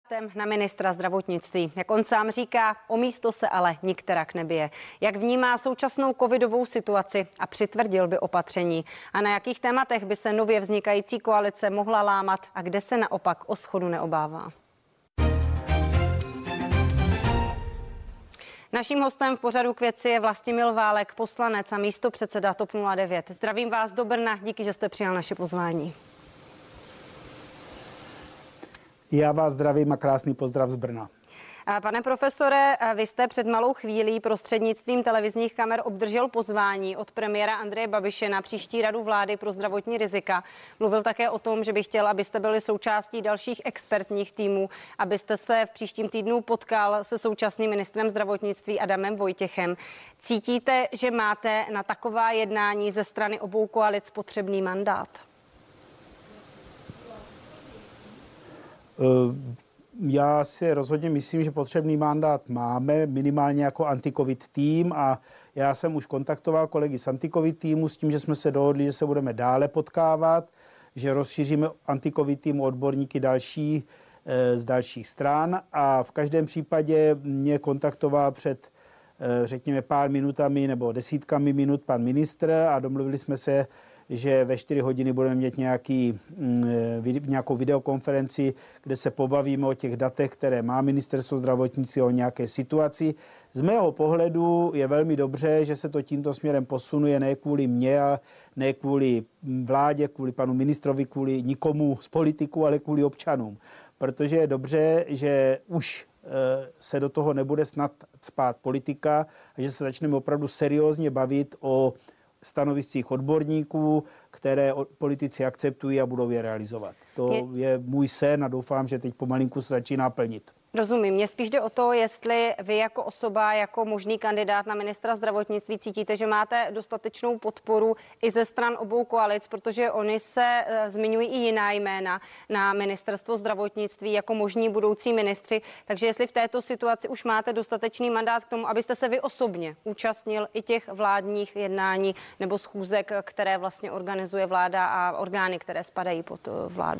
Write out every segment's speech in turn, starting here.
Na ministra zdravotnictví. Jak on sám říká, o místo se ale nikterak nebije. Jak vnímá současnou covidovou situaci a přitvrdil by opatření? A na jakých tématech by se nově vznikající koalice mohla lámat a kde se naopak o shodu neobává? Naším hostem v pořadu K věci je Vlastimil Válek, poslanec a místopředseda TOP 09. Zdravím vás do Brna, díky, že jste přijal naše pozvání. Já vás zdravím a krásný pozdrav z Brna. Pane profesore, vy jste před malou chvílí prostřednictvím televizních kamer obdržel pozvání od premiéra Andreje Babiše na příští radu vlády pro zdravotní rizika. Mluvil také o tom, že by chtěl, abyste byli součástí dalších expertních týmů, abyste se v příštím týdnu potkal se současným ministrem zdravotnictví Adamem Vojtěchem. Cítíte, že máte na taková jednání ze strany obou koalic potřebný mandát? Já si rozhodně myslím, že potřebný mandát máme, minimálně jako anti-covid tým, a já jsem už kontaktoval kolegy z anti-covid týmu s tím, že jsme se dohodli, že se budeme dále potkávat, že rozšíříme anti-covid týmu odborníky další z dalších stran, a v každém případě mě kontaktoval před řekněme pár minutami nebo desítkami minut pan ministr a domluvili jsme se, že ve 4 hodiny budeme mít nějakou videokonferenci, kde se pobavíme o těch datech, které má ministerstvo zdravotnictví, o nějaké situaci. Z mého pohledu je velmi dobře, že se to tímto směrem posunuje, ne kvůli mně, a ne kvůli vládě, kvůli panu ministrovi, kvůli nikomu z politiků, ale kvůli občanům. Protože je dobře, že už se do toho nebude snad cpát politika a že se začneme opravdu seriózně bavit o stanoviscích odborníků, které politici akceptují a budou je realizovat. To je můj sen a doufám, že teď pomalinku se začíná plnit. Rozumím. Mně spíš jde o to, jestli vy jako osoba, jako možný kandidát na ministra zdravotnictví cítíte, že máte dostatečnou podporu i ze stran obou koalic, protože oni se zmiňují i jiná jména na ministerstvo zdravotnictví jako možní budoucí ministři. Takže jestli v této situaci už máte dostatečný mandát k tomu, abyste se vy osobně účastnil i těch vládních jednání nebo schůzek, které vlastně organizuje vláda a orgány, které spadají pod vládu.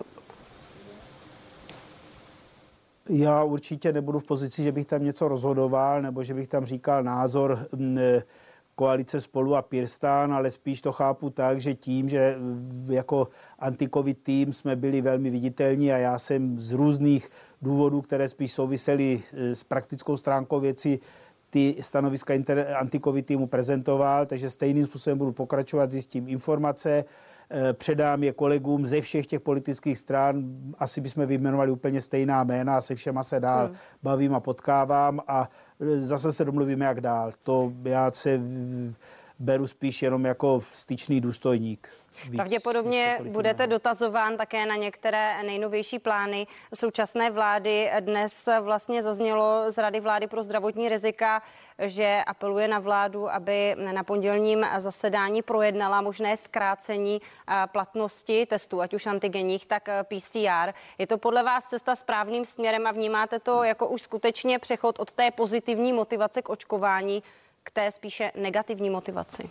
Já určitě nebudu v pozici, že bych tam něco rozhodoval nebo že bych tam říkal názor koalice Spolu a PirSTAN, ale spíš to chápu tak, že tím, že jako anti-covid tým jsme byli velmi viditelní a já jsem z různých důvodů, které spíš souvisely s praktickou stránkou věci, ty stanoviska anti-covid týmu prezentoval, takže stejným způsobem budu pokračovat, zjistím informace, předám je kolegům ze všech těch politických stran, asi bychom vyjmenovali úplně stejná jména a se všema se dál bavím a potkávám a zase se domluvíme, jak dál. To já se beru spíš jenom jako styčný důstojník. Pravděpodobně budete dotazován také na některé nejnovější plány současné vlády. Dnes vlastně zaznělo z Rady vlády pro zdravotní rizika, že apeluje na vládu, aby na pondělním zasedání projednala možné zkrácení platnosti testů, ať už antigenních, tak PCR. Je to podle vás cesta správným směrem a vnímáte to jako už skutečně přechod od té pozitivní motivace k očkování k té spíše negativní motivaci?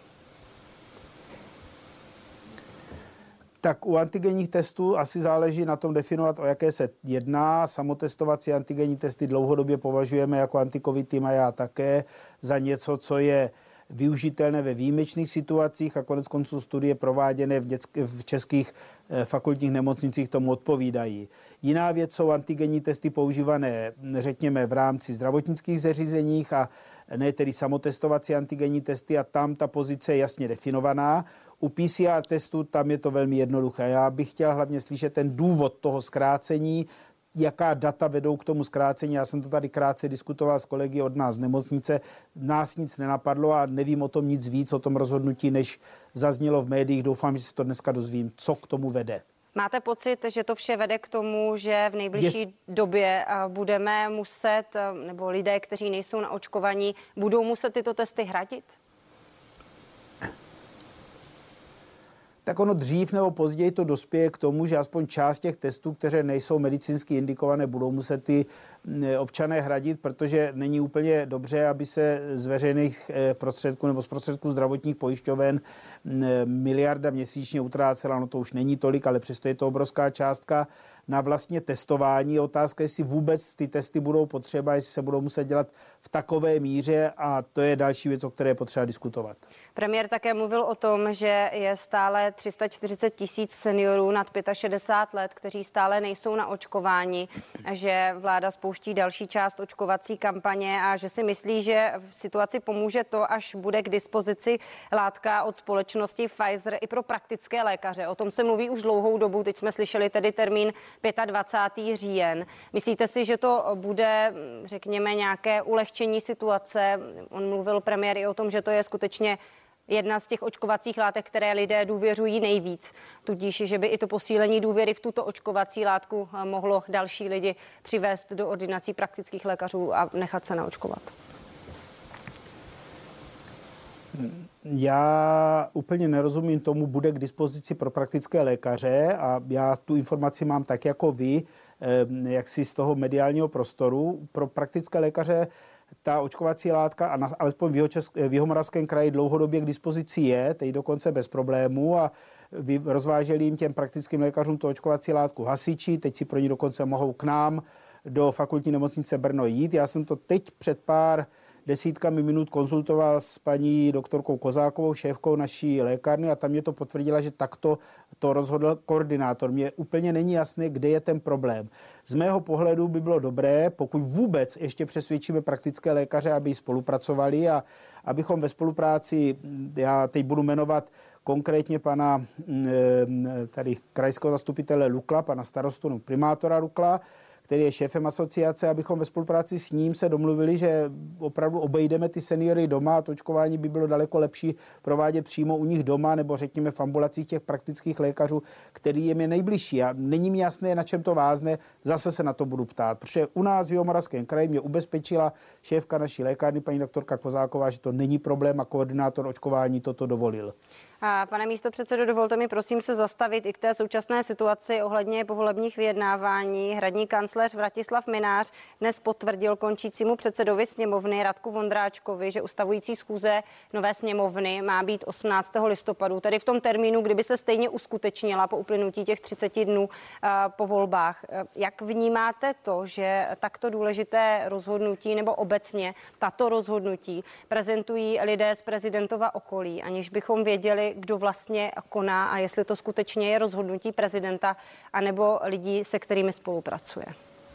Tak u antigenních testů asi záleží na tom definovat, o jaké se jedná. Samotestovací antigenní testy dlouhodobě považujeme jako anti-covid tým a já také za něco, co je využitelné ve výjimečných situacích a konec konců studie prováděné v českých fakultních nemocnicích tomu odpovídají. Jiná věc jsou antigenní testy používané, řekněme, v rámci zdravotnických zařízeních a ne tedy samotestovací antigenní testy a tam ta pozice je jasně definovaná. U PCR testu tam je to velmi jednoduché. Já bych chtěl hlavně slyšet ten důvod toho zkrácení, jaká data vedou k tomu zkrácení. Já jsem to tady krátce diskutoval s kolegy od nás z nemocnice. Nás nic nenapadlo a nevím o tom nic víc, o tom rozhodnutí, než zaznělo v médiích. Doufám, že se to dneska dozvím, co k tomu vede. Máte pocit, že to vše vede k tomu, že v nejbližší době budeme muset, nebo lidé, kteří nejsou naočkovaní, budou muset tyto testy hradit? Tak ono dřív nebo později to dospěje k tomu, že aspoň část těch testů, které nejsou medicínsky indikované, budou muset ty občané hradit, protože není úplně dobře, aby se z veřejných prostředků nebo z prostředků zdravotních pojišťoven miliarda měsíčně utrácela. No to už není tolik, ale přesto je to obrovská částka na vlastně testování. Otázka, jestli vůbec ty testy budou potřeba, jestli se budou muset dělat v takové míře a to je další věc, o které je potřeba diskutovat. Premiér také mluvil o tom, že je stále 340 000 seniorů nad 65 let, kteří stále nejsou na očkování, že vláda spouští další část očkovací kampaně a že si myslí, že v situaci pomůže to, až bude k dispozici látka od společnosti Pfizer i pro praktické lékaře. O tom se mluví už dlouhou dobu, teď jsme slyšeli tedy termín 25. říjen. Myslíte si, že to bude, řekněme, nějaké ulehčení situace? On mluvil premiér i o tom, že to je skutečně jedna z těch očkovacích látek, které lidé důvěřují nejvíc. Tudíž, že by i to posílení důvěry v tuto očkovací látku mohlo další lidi přivést do ordinací praktických lékařů a nechat se naočkovat. Já úplně nerozumím tomu, bude k dispozici pro praktické lékaře a já tu informaci mám tak jako vy, jaksi z toho mediálního prostoru. Pro praktické lékaře ta očkovací látka, alespoň v Jihomoravském kraji dlouhodobě k dispozici je, teď dokonce bez problémů a rozváželi jim těm praktickým lékařům tu očkovací látku hasiči, teď si pro ní dokonce mohou k nám do fakultní nemocnice Brno jít. Já jsem to teď před pár desítkami minut konzultoval s paní doktorkou Kozákovou, šéfkou naší lékárny a tam mě to potvrdila, že takto to rozhodl koordinátor. Mně úplně není jasné, kde je ten problém. Z mého pohledu by bylo dobré, pokud vůbec ještě přesvědčíme praktické lékaře, aby spolupracovali a abychom ve spolupráci, já teď budu jmenovat konkrétně pana tady krajského zastupitele Lukla, pana starostu, primátora Lukla, který je šéfem asociace, abychom ve spolupráci s ním se domluvili, že opravdu obejdeme ty seniory doma a to očkování by bylo daleko lepší provádět přímo u nich doma nebo řekněme v ambulacích těch praktických lékařů, který jim je nejbližší. A není mi jasné, na čem to vázne, zase se na to budu ptát, protože u nás v Jihomoravském kraji mě ubezpečila šéfka naší lékárny, paní doktorka Kozáková, že to není problém a koordinátor očkování toto dovolil. A pane místopředsedo, dovolte mi prosím se zastavit i k té současné situaci ohledně povolebních vyjednávání. Hradní kancléř Vratislav Mynář dnes potvrdil končícímu předsedovi sněmovny Radku Vondráčkovi, že ustavující schůze nové sněmovny má být 18. listopadu, tedy v tom termínu, kdyby se stejně uskutečnila po uplynutí těch 30 dnů po volbách. Jak vnímáte to, že takto důležité rozhodnutí nebo obecně tato rozhodnutí prezentují lidé z prezidentova okolí, aniž bychom věděli, kdo vlastně koná a jestli to skutečně je rozhodnutí prezidenta anebo lidí, se kterými spolupracuje?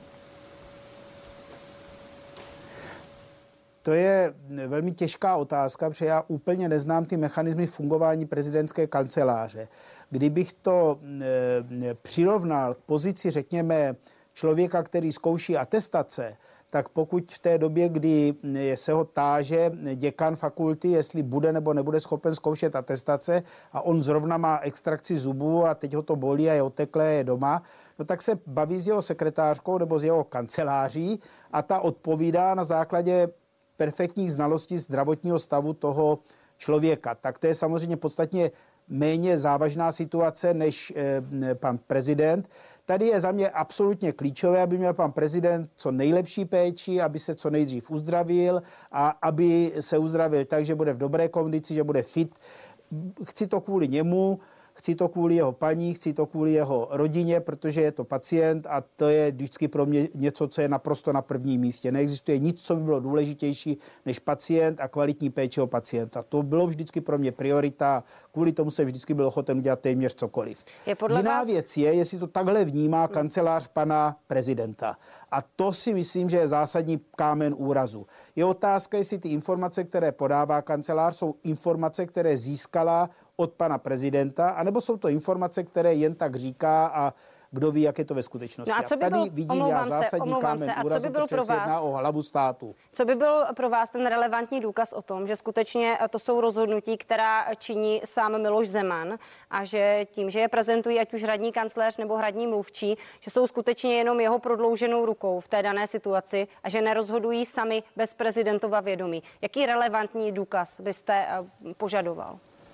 To je velmi těžká otázka, protože já úplně neznám ty mechanismy fungování prezidentské kanceláře. Kdybych to přirovnal k pozici, řekněme, člověka, který zkouší atestace, tak pokud v té době, kdy se ho táže děkan fakulty, jestli bude nebo nebude schopen zkoušet atestace a on zrovna má extrakci zubů a teď ho to bolí a je oteklé, je doma, no tak se baví s jeho sekretářkou nebo s jeho kanceláří a ta odpovídá na základě perfektních znalostí zdravotního stavu toho člověka. Tak to je samozřejmě podstatně méně závažná situace než pan prezident. Tady je za mě absolutně klíčové, aby měl pan prezident co nejlepší péči, aby se co nejdřív uzdravil a aby se uzdravil tak, že bude v dobré kondici, že bude fit. Chci to kvůli němu, chci to kvůli jeho paní, chci to kvůli jeho rodině, protože je to pacient a to je vždycky pro mě něco, co je naprosto na prvním místě. Neexistuje nic, co by bylo důležitější než pacient a kvalitní péče o pacienta. To bylo vždycky pro mě priorita, kvůli tomu se vždycky byl ochoten udělat téměř cokoliv. Jiná věc je, jestli to takhle vnímá kancelář pana prezidenta. A to si myslím, že je zásadní kámen úrazu. Je otázka, jestli ty informace, které podává kancelář, jsou informace, které získala od pana prezidenta, anebo jsou to informace, které jen tak říká a kdo ví, jak je to ve skutečnosti. No a co by tady byl, vidím já zásadní kámen úrazu, protože se jedná o hlavu státu. Co by byl pro vás ten relevantní důkaz o tom, že skutečně to jsou rozhodnutí, která činí sám Miloš Zeman a že tím, že je prezentují ať už hradní kancléř nebo hradní mluvčí, že jsou skutečně jenom jeho prodlouženou rukou v té dané situaci a že nerozhodují sami bez prezidentova vědomí. Jaký relevantní důkaz byste požadoval?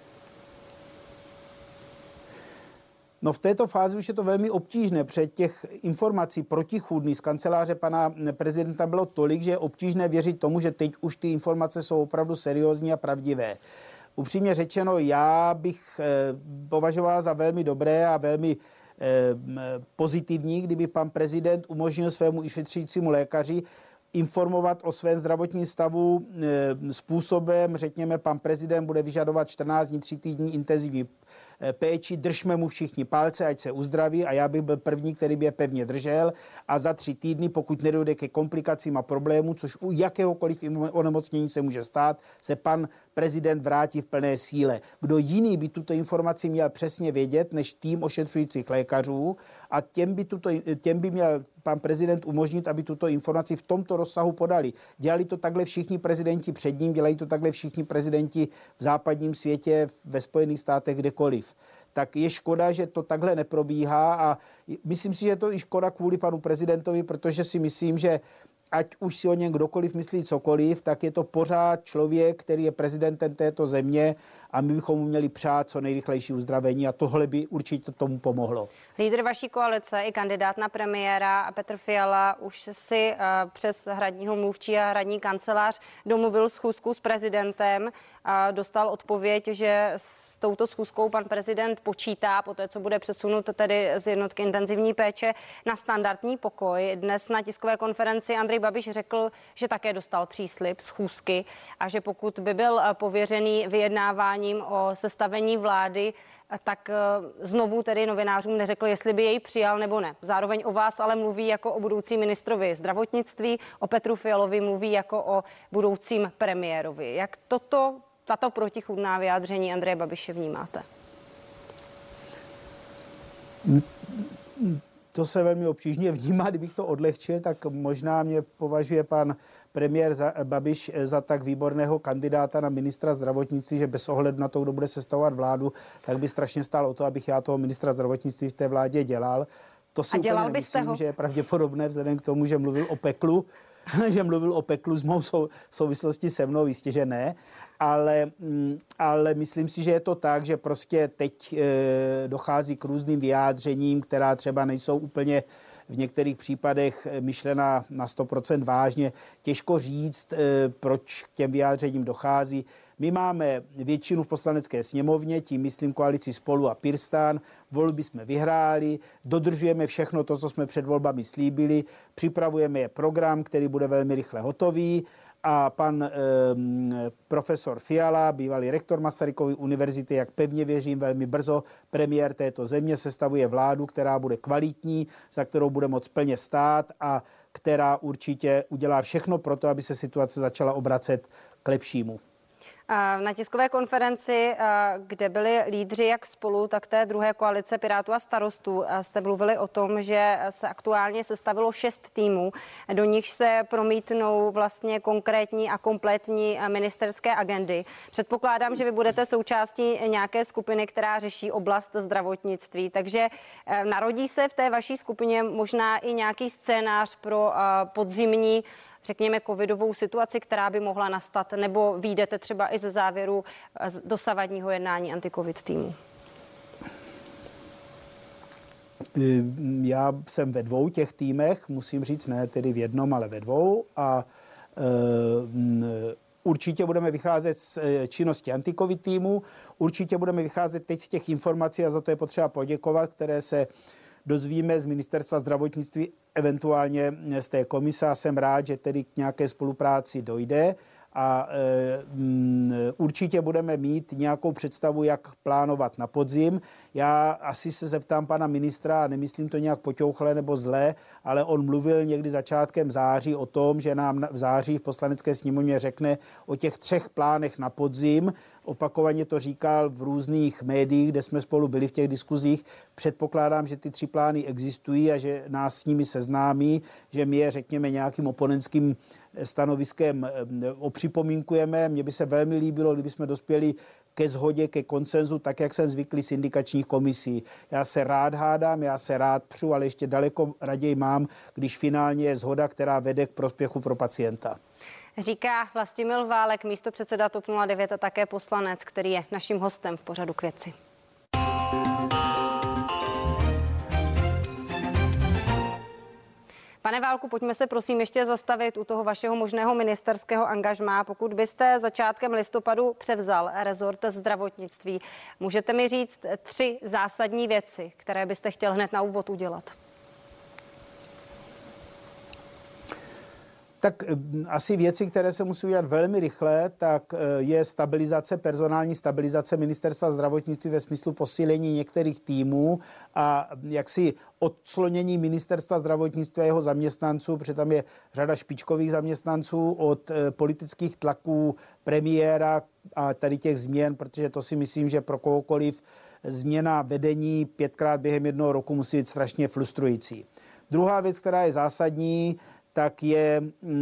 No v této fázi už je to velmi obtížné, protože těch informací protichůdných z kanceláře pana prezidenta bylo tolik, že je obtížné věřit tomu, že teď už ty informace jsou opravdu seriózní a pravdivé. Upřímně řečeno, já bych považoval za velmi dobré a velmi pozitivní, kdyby pan prezident umožnil svému vyšetřujícímu lékaři informovat o svém zdravotním stavu způsobem, řekněme, pan prezident bude vyžadovat 14 dní, 3 týdny intenzivní péči, držme mu všichni palce, ať se uzdraví a já bych byl první, který by je pevně držel a za 3 týdny, pokud nedojde ke komplikacím a problémům, což u jakéhokoliv onemocnění se může stát, se pan prezident vrátí v plné síle. Kdo jiný by tuto informaci měl přesně vědět, než tým ošetřujících lékařů a těm by měl pan prezident umožnit, aby tuto informaci v tomto rozsahu podali. Dělali to takhle všichni prezidenti před ním, dělají to takhle všichni prezidenti v západním světě, ve Spojených státech, kdekoliv. Tak je škoda, že to takhle neprobíhá a myslím si, že je to i škoda kvůli panu prezidentovi, protože si myslím, že ať už si o něm kdokoliv myslí cokoliv, tak je to pořád člověk, který je prezidentem této země a my bychom mu měli přát co nejrychlejší uzdravení a tohle by určitě tomu pomohlo. Lídr vaší koalice i kandidát na premiéra Petr Fiala už si přes hradního mluvčí a hradní kancelář domluvil schůzku s prezidentem. Dostal odpověď, že s touto schůzkou pan prezident počítá, poté co bude přesunut tedy z jednotky intenzivní péče na standardní pokoj. Dnes na tiskové konferenci Andrej Babiš řekl, že také dostal příslib schůzky a že pokud by byl pověřený vyjednáváním o sestavení vlády, tak znovu tedy novinářům neřekl, jestli by jej přijal nebo ne. Zároveň o vás ale mluví jako o budoucí ministrovi zdravotnictví, o Petru Fialovi mluví jako o budoucím premiérovi. Jak tato protichůdná vyjádření Andreje Babiše vnímáte? To se velmi obtížně vnímá, kdybych to odlehčil, tak možná mě považuje pan premiér Babiš za tak výborného kandidáta na ministra zdravotnictví, že bez ohledu na to, kdo bude sestavovat vládu, tak by strašně stál o to, abych já toho ministra zdravotnictví v té vládě dělal. To si úplně nemyslím, že je pravděpodobné vzhledem k tomu, že mluvil o peklu, s mou souvislosti se mnou, jistě, že ne, ale myslím si, že je to tak, že prostě teď dochází k různým vyjádřením, která třeba nejsou úplně v některých případech myšlena na 100% vážně. Těžko říct, proč k těm vyjádřením dochází. My máme většinu v poslanecké sněmovně, tím myslím koalici Spolu a PirSTAN. Volby jsme vyhráli, dodržujeme všechno to, co jsme před volbami slíbili, připravujeme program, který bude velmi rychle hotový a pan profesor Fiala, bývalý rektor Masarykovy univerzity, jak pevně věřím, velmi brzo premiér této země sestavuje vládu, která bude kvalitní, za kterou bude moct plně stát a která určitě udělá všechno pro to, aby se situace začala obracet k lepšímu. Na tiskové konferenci, kde byli lídři jak Spolu, tak té druhé koalice Pirátů a Starostů, jste mluvili o tom, že se aktuálně sestavilo 6 týmů, do nich se promítnou vlastně konkrétní a kompletní ministerské agendy. Předpokládám, že vy budete součástí nějaké skupiny, která řeší oblast zdravotnictví, takže narodí se v té vaší skupině možná i nějaký scénář pro podzimní, řekněme, covidovou situaci, která by mohla nastat, nebo vyjdete třeba i ze závěru dosavadního jednání anti-covid týmu? Já jsem ve 2 těch týmech, musím říct, ne tedy v jednom, ale ve 2 a určitě budeme vycházet z činnosti anti-covid týmu, určitě budeme vycházet teď z těch informací a za to je potřeba poděkovat, které se dozvíme z Ministerstva zdravotnictví, eventuálně z té komise. Jsem rád, že tedy k nějaké spolupráci dojde a určitě budeme mít nějakou představu, jak plánovat na podzim. Já asi se zeptám pana ministra, a nemyslím to nějak poťouchle nebo zlé, ale on mluvil někdy začátkem září o tom, že nám v září v Poslanecké sněmovně řekne o těch 3 plánech na podzim. Opakovaně to říkal v různých médiích, kde jsme spolu byli v těch diskuzích. Předpokládám, že ty 3 plány existují a že nás s nimi seznámí, že my je, řekněme, nějakým oponentským stanoviskem opřipomínkujeme. Mně by se velmi líbilo, kdyby jsme dospěli ke shodě, ke konsenzu, tak jak jsem zvyklý z indikačních komisí. Já se rád hádám, já se rád přu, ale ještě daleko raději mám, když finálně je shoda, která vede k prospěchu pro pacienta. Říká Vlastimil Válek, místopředseda TOP 09 a také poslanec, který je naším hostem v pořadu K věci. Pane Válku, pojďme se prosím ještě zastavit u toho vašeho možného ministerského angažmá. Pokud byste začátkem listopadu převzal rezort zdravotnictví, můžete mi říct 3 zásadní věci, které byste chtěl hned na úvod udělat? Tak asi věci, které se musí udělat velmi rychle, tak je personální stabilizace ministerstva zdravotnictví ve smyslu posílení některých týmů a jaksi odclonění ministerstva zdravotnictví a jeho zaměstnanců, protože tam je řada špičkových zaměstnanců od politických tlaků premiéra a tady těch změn, protože to si myslím, že pro kohokoliv změna vedení 5krát během 1 roku musí být strašně frustrující. Druhá věc, která je zásadní, tak je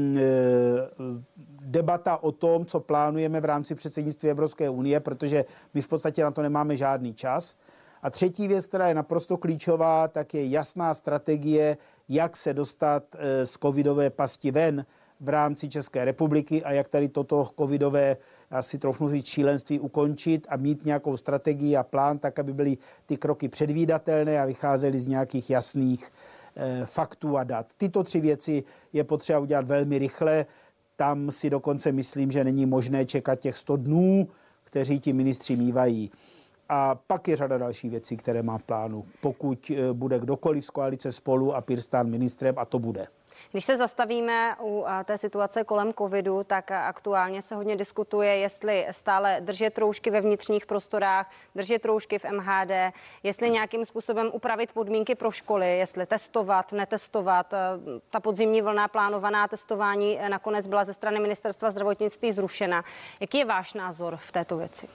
debata o tom, co plánujeme v rámci předsednictví Evropské unie, protože my v podstatě na to nemáme žádný čas. A třetí věc, která je naprosto klíčová, tak je jasná strategie, jak se dostat z covidové pasti ven v rámci České republiky a jak tady toto covidové, asi troufnu říct, šílenství ukončit a mít nějakou strategii a plán, tak aby byly ty kroky předvídatelné a vycházely z nějakých jasných faktů a dat. Tyto 3 věci je potřeba udělat velmi rychle. Tam si dokonce myslím, že není možné čekat těch 100 dnů, kteří ti ministři mívají. A pak je řada dalších věcí, které mám v plánu. Pokud bude kdokoliv z koalice Spolu a PirSTAN ministrem, a to bude. Když se zastavíme u té situace kolem covidu, tak aktuálně se hodně diskutuje, jestli stále držet roušky ve vnitřních prostorách, držet roušky v MHD, jestli nějakým způsobem upravit podmínky pro školy, jestli testovat, netestovat. Ta podzimní vlna plánovaná testování nakonec byla ze strany Ministerstva zdravotnictví zrušena. Jaký je váš názor v této věci?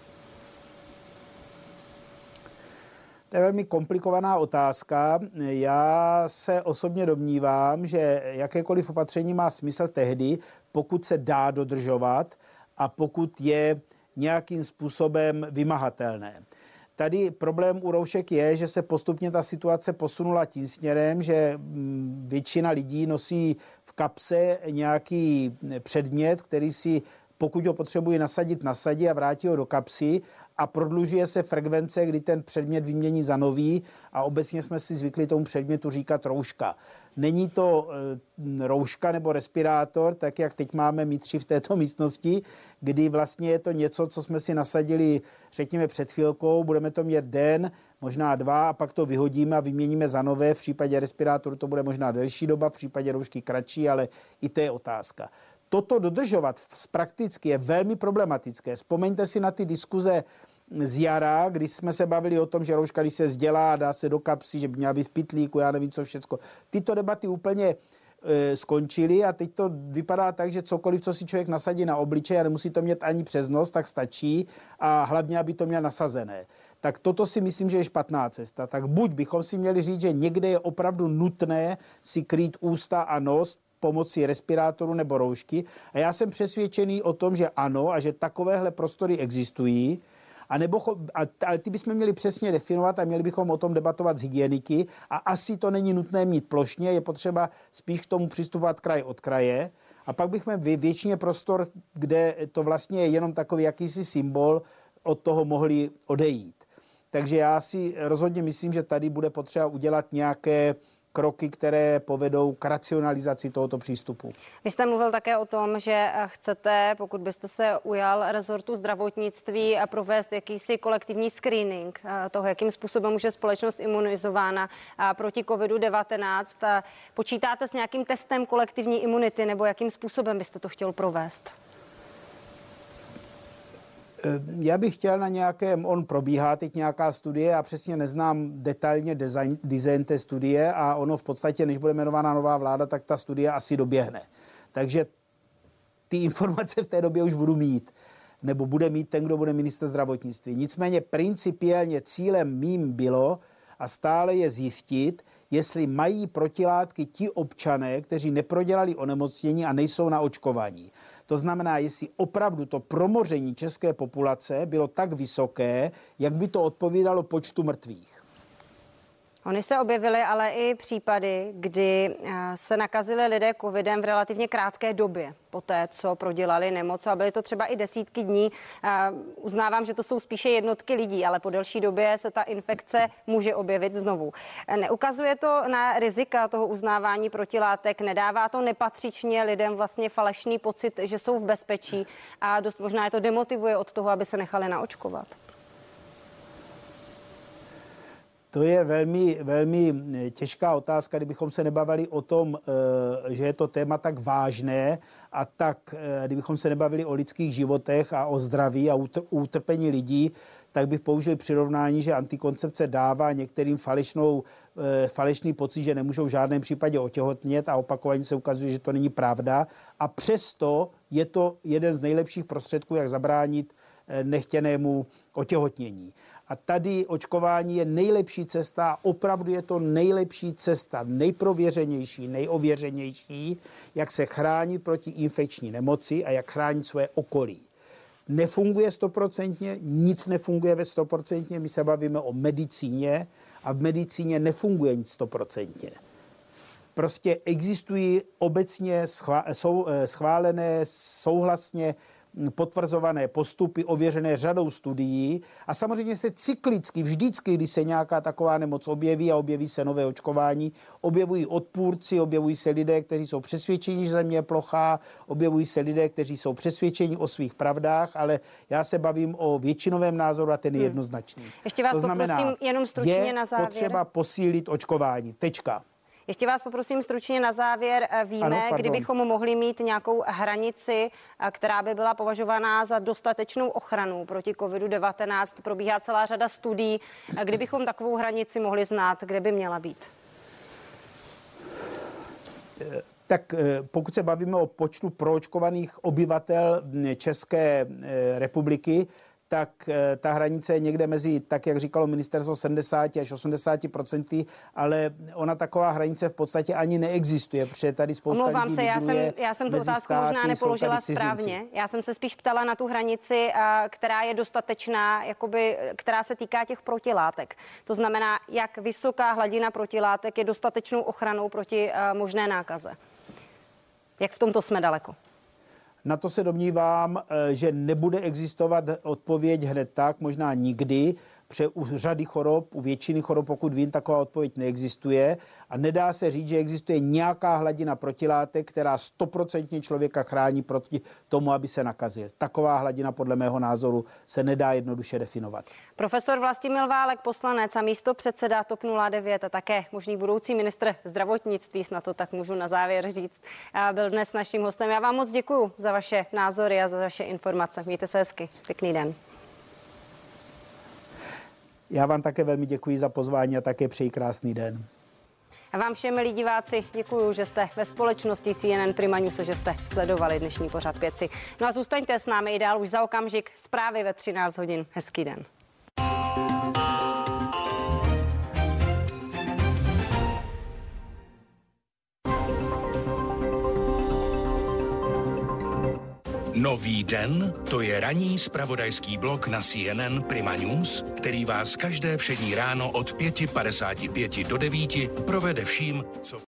To je velmi komplikovaná otázka. Já se osobně domnívám, že jakékoliv opatření má smysl tehdy, pokud se dá dodržovat a pokud je nějakým způsobem vymahatelné. Tady problém u roušek je, že se postupně ta situace posunula tím směrem, že většina lidí nosí v kapse nějaký předmět, který si, pokud ho potřebují nasadí a vrátí ho do kapsy a prodlužuje se frekvence, kdy ten předmět vymění za nový a obecně jsme si zvykli tomu předmětu říkat rouška. Není to rouška nebo respirátor, tak jak teď máme my 3 v této místnosti, kdy vlastně je to něco, co jsme si nasadili, řekněme, před chvilkou, budeme to mít den, možná 2 a pak to vyhodíme a vyměníme za nové. V případě respirátoru to bude možná delší doba, v případě roušky kratší, ale i to je otázka. Toto dodržovat prakticky je velmi problematické. Vzpomeňte si na ty diskuze z jara, když jsme se bavili o tom, že rouška, když se sdělá, dá se do kapsy, že by měla být v pytlíku, já nevím co všecko. Tyto debaty úplně skončily a teď to vypadá tak, že cokoliv, co si člověk nasadí na obličej a nemusí to mít ani přes nos, tak stačí a hlavně, aby to měl nasazené. Tak toto si myslím, že je špatná cesta. Tak buď bychom si měli říct, že někde je opravdu nutné si krýt ústa a nos pomocí respirátoru nebo roušky. A já jsem přesvědčený o tom, že ano a že takovéhle prostory existují. Ale ty bychom měli přesně definovat a měli bychom o tom debatovat s hygieniky. A asi to není nutné mít plošně, je potřeba spíš k tomu přistupovat kraj od kraje. A pak bychom většině prostor, kde to vlastně je jenom takový jakýsi symbol, od toho mohli odejít. Takže já si rozhodně myslím, že tady bude potřeba udělat nějaké kroky, které povedou k racionalizaci tohoto přístupu. Vy jste mluvil také o tom, že chcete, pokud byste se ujal rezortu zdravotnictví, a provést jakýsi kolektivní screening toho, jakým způsobem může společnost imunizována proti COVID-19. Počítáte s nějakým testem kolektivní imunity nebo jakým způsobem byste to chtěl provést? Já bych chtěl na nějakém, probíhá teď nějaká studie, já přesně neznám detailně design té studie a ono v podstatě, než bude jmenována nová vláda, tak ta studie asi doběhne. Takže ty informace v té době už budu mít, nebo bude mít ten, kdo bude ministr zdravotnictví. Nicméně principiálně cílem mým bylo a stále je zjistit, jestli mají protilátky ti občané, kteří neprodělali onemocnění a nejsou na očkování. To znamená, jestli opravdu to promoření české populace bylo tak vysoké, jak by to odpovídalo počtu mrtvých. Ony se objevily ale i případy, kdy se nakazili lidé covidem v relativně krátké době, poté co prodělali nemoc a byly to třeba i desítky dní. Uznávám, že to jsou spíše jednotky lidí, ale po delší době se ta infekce může objevit znovu. Neukazuje to na rizika toho uznávání protilátek, nedává to nepatřičně lidem vlastně falešný pocit, že jsou v bezpečí a dost možná je to demotivuje od toho, aby se nechali naočkovat. To je velmi, velmi těžká otázka, kdybychom se nebavili o tom, že je to téma tak vážné a tak, kdybychom se nebavili o lidských životech a o zdraví a utrpení lidí, tak bych použil přirovnání, že antikoncepce dává některým falešný pocit, že nemůžou v žádném případě otěhotnět a opakovaně se ukazuje, že to není pravda. A přesto je to jeden z nejlepších prostředků, jak zabránit nechtěnému otěhotnění. A tady očkování je nejlepší cesta, opravdu je to nejlepší cesta, nejprověřenější, nejověřenější, jak se chránit proti infekční nemoci a jak chránit své okolí. Nefunguje 100%, nic nefunguje ve 100%, my se bavíme o medicíně a v medicíně nefunguje nic 100%. Prostě existují obecně schválené, souhlasně potvrzované postupy, ověřené řadou studií a samozřejmě se cyklicky, vždycky, když se nějaká taková nemoc objeví a objeví se nové očkování, objevují odpůrci, objevují se lidé, kteří jsou přesvědčeni, že země je plochá, objevují se lidé, kteří jsou přesvědčeni o svých pravdách, ale já se bavím o většinovém názoru a ten je jednoznačný. Ještě vás poprosím jenom stručně na závěr. Je potřeba posílit očkování. Tečka. Ještě vás poprosím stručně na závěr. Víme, kdybychom mohli mít nějakou hranici, která by byla považovaná za dostatečnou ochranu proti COVID-19. Probíhá celá řada studií. Kdybychom takovou hranici mohli znát, kde by měla být? Tak pokud se bavíme o počtu proočkovaných obyvatel České republiky, tak ta hranice je někde mezi, tak jak říkalo ministerstvo, 70 až 80%, ale ona taková hranice v podstatě ani neexistuje, protože tady spousta lidí migruje. Já jsem tu otázku možná nepoložila správně. Já jsem se spíš ptala na tu hranici, která je dostatečná, jakoby, která se týká těch protilátek. To znamená, jak vysoká hladina protilátek je dostatečnou ochranou proti možné nákaze. Jak v tomto jsme daleko? Na to se domnívám, že nebude existovat odpověď hned tak, možná nikdy, protože u řady chorob, u většiny chorob, pokud vím, taková odpověď neexistuje a nedá se říct, že existuje nějaká hladina protilátek, která 100% člověka chrání proti tomu, aby se nakazil. Taková hladina podle mého názoru se nedá jednoduše definovat. Profesor Vlastimil Válek, poslanec a místopředseda TOP 09 a také možný budoucí ministr zdravotnictví, snad to tak můžu na závěr říct, byl dnes naším hostem. Já vám moc děkuju za vaše názory a za vaše informace. Mějte se hezky. Pěkný den. Já vám také velmi děkuji za pozvání a také přeji krásný den. A vám všem, milí diváci, děkuji, že jste ve společnosti CNN Prima News, že jste sledovali dnešní pořad Věci. No a zůstaňte s námi i dál, už za okamžik zprávy ve 13 hodin. Hezký den. Nový den, to je ranní zpravodajský blok na CNN Prima News, který vás každé všední ráno od 5:55 do 9 provede vším, co